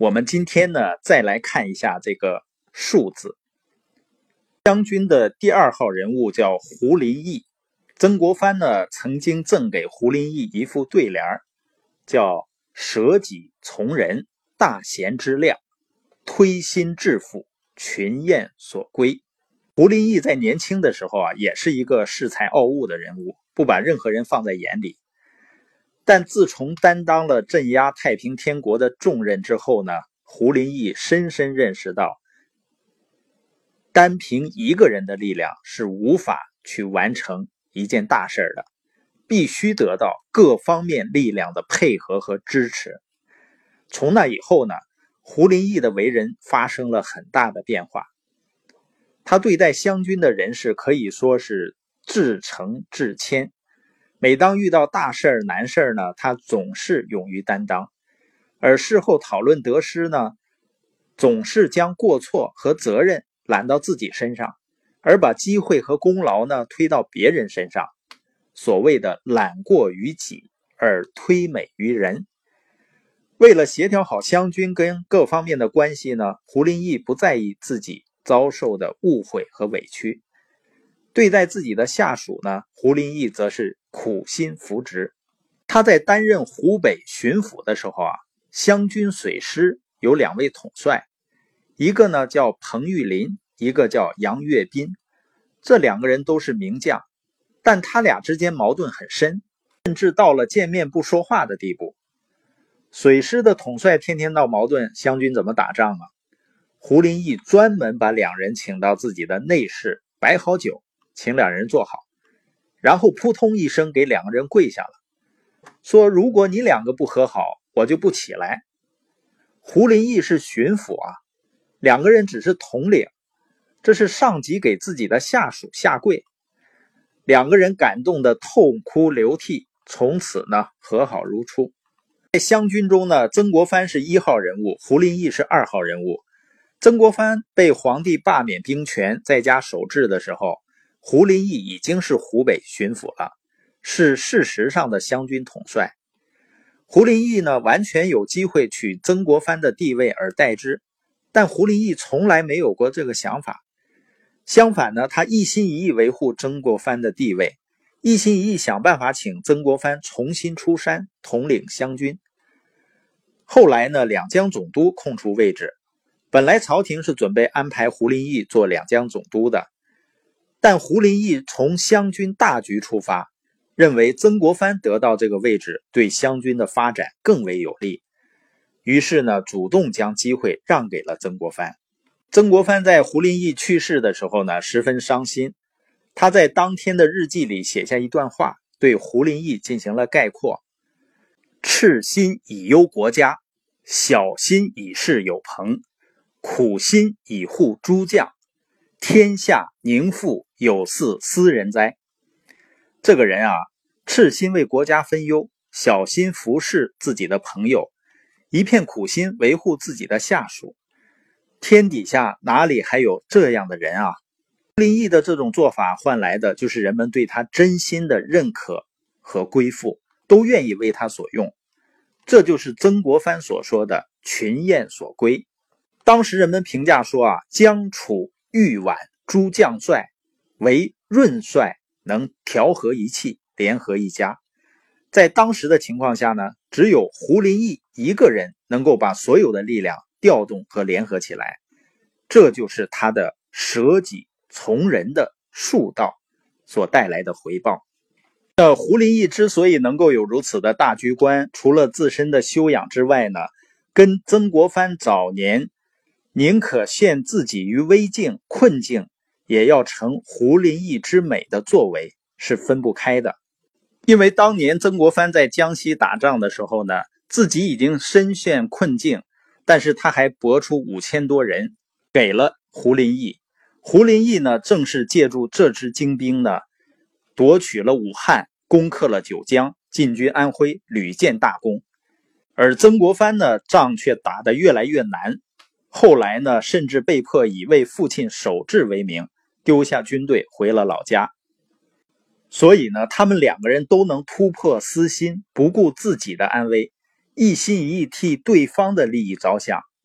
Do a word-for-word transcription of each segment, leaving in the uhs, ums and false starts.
我们今天呢，再来看一下这个数字。将军的第二号人物叫胡林翼，曾国藩呢曾经赠给胡林翼一副对联，叫舍己从人，大贤之量，推心置腹，群雁所归。胡林翼在年轻的时候啊，也是一个恃才傲物的人物，不把任何人放在眼里。但自从担当了镇压太平天国的重任之后呢，胡林翼深深认识到，单凭一个人的力量是无法去完成一件大事的，必须得到各方面力量的配合和支持。从那以后呢，胡林翼的为人发生了很大的变化。他对待湘军的人事可以说是至诚至谦，每当遇到大事难事呢，他总是勇于担当，而事后讨论得失呢，总是将过错和责任揽到自己身上，而把机会和功劳呢推到别人身上。所谓的揽过于己，而推美于人。为了协调好湘军跟各方面的关系呢，胡林翼不在意自己遭受的误会和委屈。对待自己的下属呢，胡林翼则是苦心扶植。他在担任湖北巡抚的时候啊，湘军水师有两位统帅，一个呢叫彭玉麟，一个叫杨岳斌。这两个人都是名将，但他俩之间矛盾很深，甚至到了见面不说话的地步。水师的统帅天天闹矛盾，湘军怎么打仗啊？胡林翼专门把两人请到自己的内室，摆好酒，请两人坐好，然后扑通一声给两个人跪下了，说如果你两个不和好，我就不起来。胡林翼是巡抚啊，两个人只是统领，这是上级给自己的下属下跪。两个人感动的痛哭流涕，从此呢和好如初。在湘军中呢，曾国藩是一号人物，胡林翼是二号人物。曾国藩被皇帝罢免兵权，在家守制的时候，胡林翼已经是湖北巡抚了，是事实上的湘军统帅。胡林翼呢，完全有机会取曾国藩的地位而代之，但胡林翼从来没有过这个想法。相反呢，他一心一意维护曾国藩的地位，一心一意想办法请曾国藩重新出山统领湘军。后来呢，两江总督空出位置，本来朝廷是准备安排胡林翼做两江总督的，但胡林翼从湘军大局出发，认为曾国藩得到这个位置对湘军的发展更为有利，于是呢，主动将机会让给了曾国藩。曾国藩在胡林翼去世的时候呢，十分伤心。他在当天的日记里写下一段话，对胡林翼进行了概括：赤心以忧国家，小心以事有朋，苦心以护诸将，天下宁复有似斯人哉。这个人啊，赤心为国家分忧，小心服侍自己的朋友，一片苦心维护自己的下属。天底下哪里还有这样的人啊？胡林翼的这种做法换来的就是人们对他真心的认可和归附，都愿意为他所用。这就是曾国藩所说的群雁所归。当时人们评价说啊，江楚豫皖诸将帅为润帅，能调和一气，联合一家。在当时的情况下呢，只有胡林翼一个人能够把所有的力量调动和联合起来，这就是他的舍己从人的术道所带来的回报。那胡林翼之所以能够有如此的大局观，除了自身的修养之外呢，跟曾国藩早年宁可陷自己于危境困境，也要成胡林翼之美的作为是分不开的。因为当年曾国藩在江西打仗的时候呢，自己已经身陷困境，但是他还拨出五千多人给了胡林翼。胡林翼呢，正是借助这支精兵呢，夺取了武汉，攻克了九江，进军安徽，屡建大功。而曾国藩呢，仗却打得越来越难，后来呢，甚至被迫以为父亲守制为名，丢下军队回了老家。所以呢，他们两个人都能突破私心，不顾自己的安危，一心一意替对方的利益着想，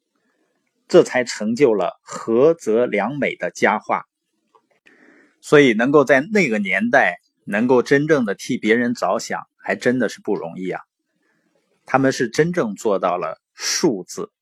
这才成就了合则良美的佳话。所以能够在那个年代能够真正的替别人着想，还真的是不容易啊。他们是真正做到了数字。